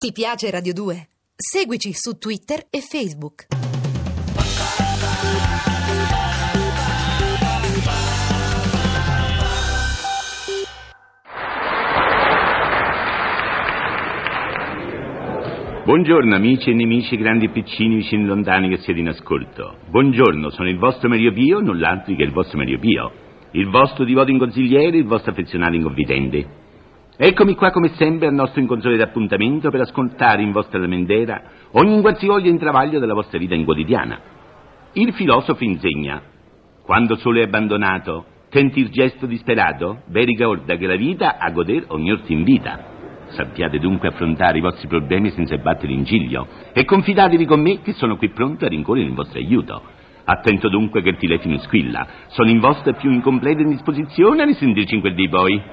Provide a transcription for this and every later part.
Ti piace Radio 2? Seguici su Twitter e Facebook. Buongiorno amici e nemici, grandi e piccini, vicini e lontani che siete in ascolto. Buongiorno, sono il vostro Mario Pio, null'altro che il vostro Mario Pio, il vostro divoto inconsigliere, il vostro affezionato inconfidente. Eccomi qua come sempre al nostro inconsueto appuntamento per ascoltare in vostra lamentela ogni qualsivoglia intravaglio della vostra vita in quotidiana. Il filosofo insegna: quando solo è abbandonato, tenti il gesto disperato, beh ricorda che la vita a goder ognor ti invita. Sappiate dunque affrontare i vostri problemi senza battere in ciglio e confidatevi con me che sono qui pronto a rincorrere il vostro aiuto. Attento dunque che il telefono squilla, sono in vostra più incompleta indisposizione a risentirci in quel dì poi.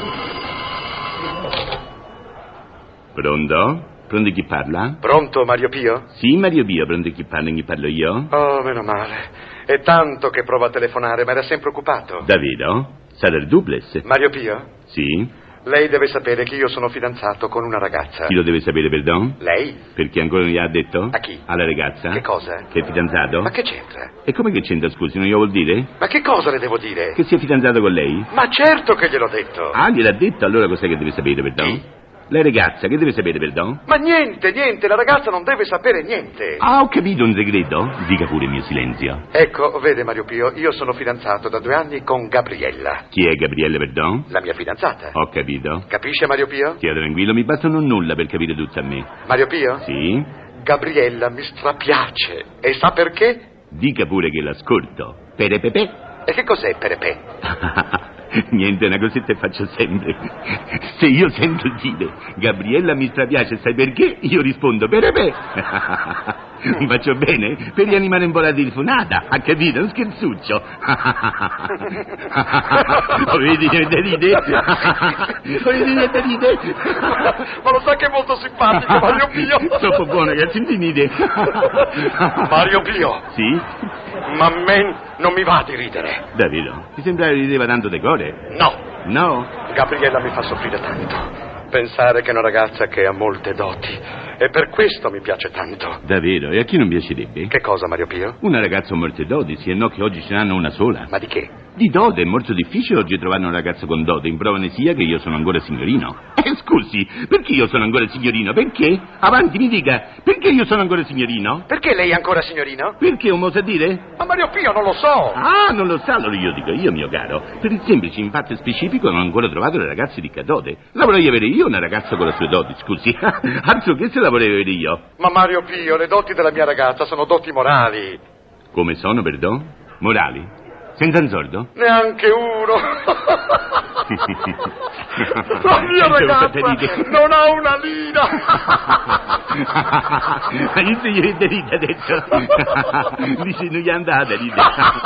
Pronto? Pronto chi parla? Pronto, Mario Pio? Sì, Mario Pio, pronto chi parlo io? Oh, meno male. È tanto che provo a telefonare, ma era sempre occupato. Davvero? Sarà il duplex? Mario Pio? Sì? Lei deve sapere che io sono fidanzato con una ragazza. Chi lo deve sapere, perdon? Lei? Perché ancora non gli ha detto? A chi? Alla ragazza? Che cosa? Che è fidanzato? Ma che c'entra? E come che c'entra, scusi, non glielo vuol dire? Ma che cosa le devo dire? Che sia fidanzato con lei? Ma certo che gliel'ho detto. Ah, gliel'ha detto? Allora cos'è che deve sapere, perdon? Chi? La ragazza, che deve sapere, perdon? Ma niente, la ragazza non deve sapere niente. Ah, ho capito un segreto? Dica pure il mio silenzio. Ecco, vede Mario Pio, io sono fidanzato da 2 anni con Gabriella. Chi è Gabriella, perdon? La mia fidanzata. Ho capito. Capisce Mario Pio? Stia tranquillo, mi bastano nulla per capire tutto a me. Mario Pio? Sì? Gabriella mi strapiace. E sa perché? Dica pure che l'ascolto. Perepepe. E che cos'è Perepe? Niente, una cosetta faccio sempre. Se io sento dire Gabriella mi strapiace, sai perché? Io rispondo Perepe. Mi faccio bene? Per rianimare un po' la telefonata, ha capito? Un scherzuccio. Vedi niente ride? Vedi niente ride? Ma lo sa che è molto simpatico Mario Pio. Troppo buono che intimide. Mario Pio. Sì? Ma a me non mi va di ridere. Davvero? Mi sembrava che rideva tanto decore. No. No? Gabriella mi fa soffrire tanto. Pensare che è una ragazza che ha molte doti. E per questo mi piace tanto. Davvero? E a chi non piacerebbe? Che cosa, Mario Pio? Una ragazza con molte doti, sì e no che oggi ce n'hanno una sola. Ma di che? Di dote, è molto difficile oggi trovare una ragazza con dote, in prova ne sia che io sono ancora signorino. Scusi, perché io sono ancora signorino? Perché? Avanti, mi dica, perché io sono ancora signorino? Perché lei è ancora signorino? Perché, un modo a dire? Ma Mario Pio, non lo so! Ah, non lo sa, allora io dico io, mio caro. Per il semplice impatto specifico non ho ancora trovato le ragazze di dote. La vorrei avere io una ragazza con le sue doti, scusi. Altro che se la vorrei avere io. Ma Mario Pio, le doti della mia ragazza sono doti morali. Come sono, perdon? Morali? Senza un sordo? Neanche uno. La mia ragazza non ha una lira. Ma io se gli ride adesso. Dice non gli è andata ride.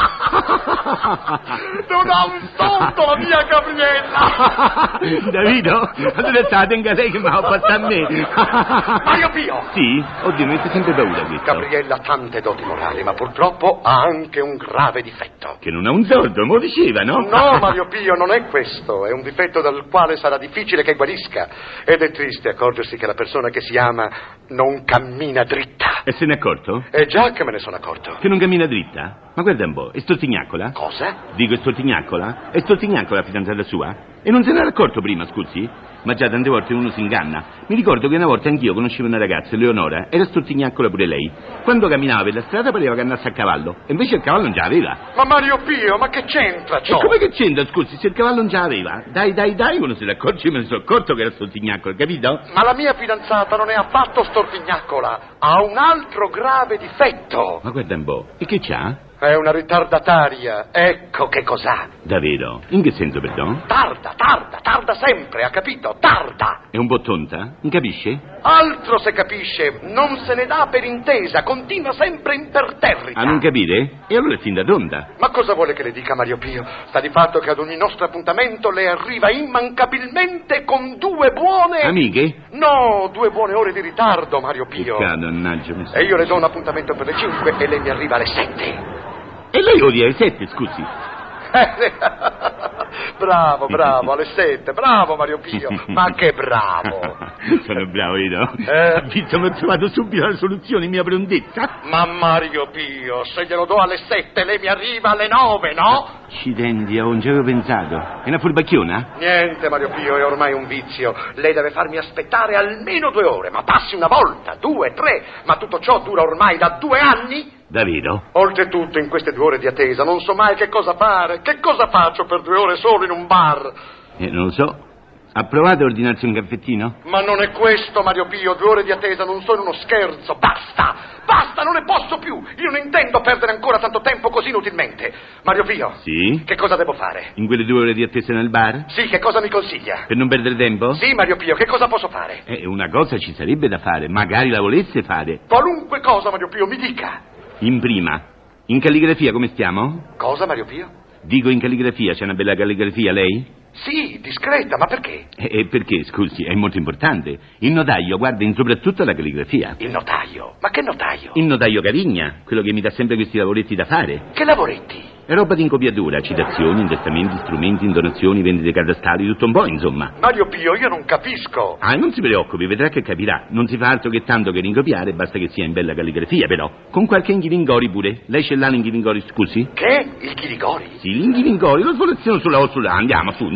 Non ha un soldo la mia Gabriella. Davide, allora state in lei che mi ha fatto a me. Mario Pio. Sì? Oddio, mi mette sempre paura questo. Gabriella ha tante doti morali, ma purtroppo ha anche un grave difetto. Che non ha un sordo, me lo diceva, no? No, Mario Pio, non è questo. È un difetto dal quale sarà difficile che guarisca. Ed è triste accorgersi che la persona che si ama non cammina dritta. E se ne è accorto? È già che me ne sono accorto. Che non cammina dritta? Ma guarda un po', è stortignaccola? Cosa? Dico, è stortignaccola? È stortignaccola la fidanzata sua? E non se n'era accorto prima, scusi? Ma già tante volte uno si inganna. Mi ricordo che una volta anch'io conoscevo una ragazza, Eleonora, era stortignaccola pure lei. Quando camminava per la strada pareva che andasse a cavallo, e invece il cavallo non ce l'aveva. Ma Mario Pio, ma che c'entra ciò? E come che c'entra, scusi, se il cavallo non ce l'aveva? Dai, uno se ne accorge, io me ne sono accorto che era stortignaccola, capito? Ma la mia fidanzata non è affatto stortignaccola, ha un altro grave difetto. Ma guarda un po', e che c'ha? È una ritardataria, ecco che cos'ha. Davvero? In che senso, perdon? Tarda sempre, ha capito? Tarda. È un po' tonta? Non capisce? Altro se capisce, non se ne dà per intesa, continua sempre imperterrita. A non capire? E allora è fin da tonda. Ma cosa vuole che le dica Mario Pio? Sta di fatto che ad ogni nostro appuntamento lei arriva immancabilmente con 2 buone... Amiche? No, 2 buone ore di ritardo, Mario Pio. Peccato, mannaggia. E io le do un appuntamento per le 5 e lei mi arriva alle 7. E lei odia le 7, scusi? Bravo, alle 7. Bravo, Mario Pio. Ma che bravo. Sono bravo, vedo. Ha visto, mi ho trovato subito la soluzione, mia prontezza. Ma Mario Pio, se glielo do alle 7, lei mi arriva alle 9, no? Accidenti, non ci avevo pensato. È una furbacchiona? Niente, Mario Pio, è ormai un vizio. Lei deve farmi aspettare almeno 2 ore, ma passi una volta, 2, 3. Ma tutto ciò dura ormai da 2 anni? Davvero? Oltretutto, in queste 2 ore di attesa non so mai che cosa fare. Che cosa faccio per 2 ore solo in un bar? Non lo so. Ha provato a ordinarsi un caffettino? Ma non è questo, Mario Pio. 2 ore di attesa non sono uno scherzo. Basta, non ne posso più. Io non intendo perdere ancora tanto tempo così inutilmente. Mario Pio. Sì? Che cosa devo fare? In quelle 2 ore di attesa nel bar? Sì, che cosa mi consiglia? Per non perdere tempo? Sì, Mario Pio, che cosa posso fare? Una cosa ci sarebbe da fare, magari la volesse fare. Qualunque cosa, Mario Pio, mi dica. In prima, in calligrafia come stiamo? Cosa, Mario Pio? Dico in calligrafia, c'è una bella calligrafia lei? Sì, discreta, ma perché? Perché, scusi, è molto importante. Il notaio guarda in soprattutto la calligrafia. Il notaio? Ma che notaio? Il notaio Cavigna, quello che mi dà sempre questi lavoretti da fare. Che lavoretti? È roba di incopiatura, citazioni, intestamenti, strumenti, indonazioni, vendite catastali, tutto un po', insomma. Mario Pio, io non capisco. Non si preoccupi, vedrà che capirà. Non si fa altro che tanto che rincopiare, basta che sia in bella calligrafia, però. Con qualche inghilingori pure. Lei ce l'ha l'inghilingori, scusi? Che? Il chirigori? Sì, l'inghilingori, lo svolaziono sulla o sulla. Andiamo su.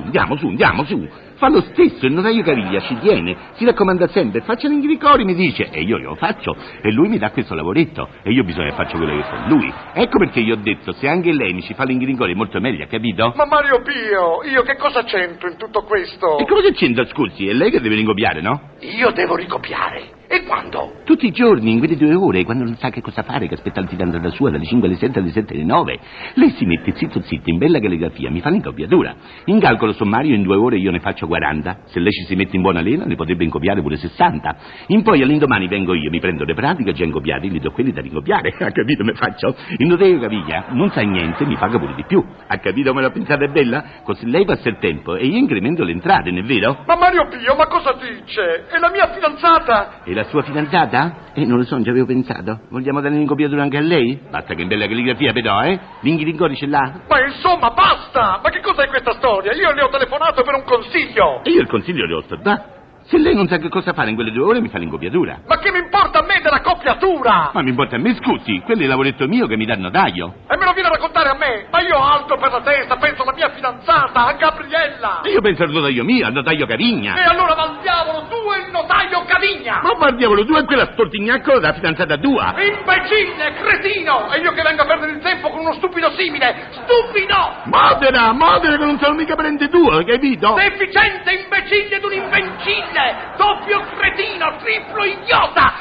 Fa lo stesso, il notaio Caviglia ci tiene, si raccomanda sempre, faccia l'inghilingori, mi dice, e io glielo faccio, e lui mi dà questo lavoretto, e io bisogna che faccia quello che fa lui. Ecco perché io ho detto, se anche lei mi ci fa l'inghilingori è molto meglio, capito? Ma Mario Pio, io che cosa c'entro in tutto questo? E cosa c'entra, scusi? È lei che deve rincopiare, no? Io devo ricopiare. E quando? Tutti i giorni, in quelle 2 ore, quando non sa che cosa fare, che aspetta la fidanzata sua dalle 5 alle 7, alle 7 alle 9. Lei si mette zitto in bella calligrafia, mi fa l'incopiatura. In calcolo sommario in 2 ore io ne faccio 40. Se lei ci si mette in buona lena ne potrebbe incopiare pure 60. In poi all'indomani vengo io, mi prendo le pratiche già incopiate, gli do quelli da rincopiare. Ha capito me faccio? Il notaio Caviglia non sa niente, mi paga pure di più. Ha capito me l'ho pensata bella? Così lei passa il tempo e io incremento le entrate, non è vero? Ma Mario Pio, ma cosa dice? È la mia fidanzata? E la sua fidanzata? Non lo so, non ci avevo pensato. Vogliamo dare l'incopiatura anche a lei? Basta che in bella calligrafia però, L'inghilingori ce l'ha? Ma insomma, basta! Ma che cos'è questa storia? Io le ho telefonato per un consiglio! E io il consiglio le ho dato. Se lei non sa che cosa fare in quelle 2 ore mi fa l'incopiatura. Ma che mi importa a me della copiatura? Ma mi importa a me, scusi, quello è il lavoretto mio che mi dà il notaio. E me lo viene a raccontare a me? Ma io ho altro per la testa, penso alla mia fidanzata, a Gabriella. E io penso al notaio mio, al notaio Cavigna. E allora va al diavolo tu e il notaio Cavigna. Ma va al diavolo tu e quella stortignaccola della fidanzata tua. Imbecille, cretino! E io che vengo a perdere il tempo con uno stupido simile. Stupido! Modera che non sono mica parente tuo, hai capito? Deficiente, imbecille ed un invencille! Doppio cretino, triplo idiota!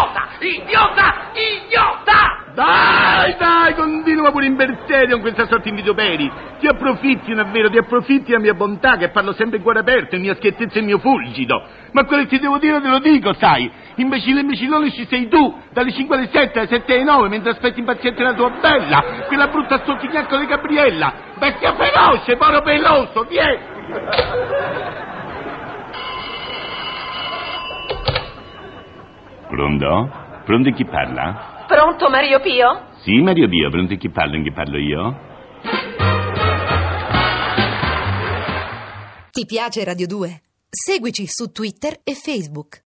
Dai, continua pure in berserio con questa sorta di vituperi. Ti approfitti della mia bontà, che parlo sempre in cuore aperto, la mia schiettezza e il mio fulgido. Ma quello che ti devo dire te lo dico, sai. Imbecillone ci sei tu, dalle 5 alle 7, alle 7 alle 9, mentre aspetti impaziente la tua bella, quella brutta stoltignacco di Gabriella. Bestia feroce, poro peloso, vieni! Pronto? Pronto, chi parla? Pronto, Mario Pio? Sì, Mario Pio, pronto, chi parla? In chi parlo io? Ti piace Radio 2? Seguici su Twitter e Facebook.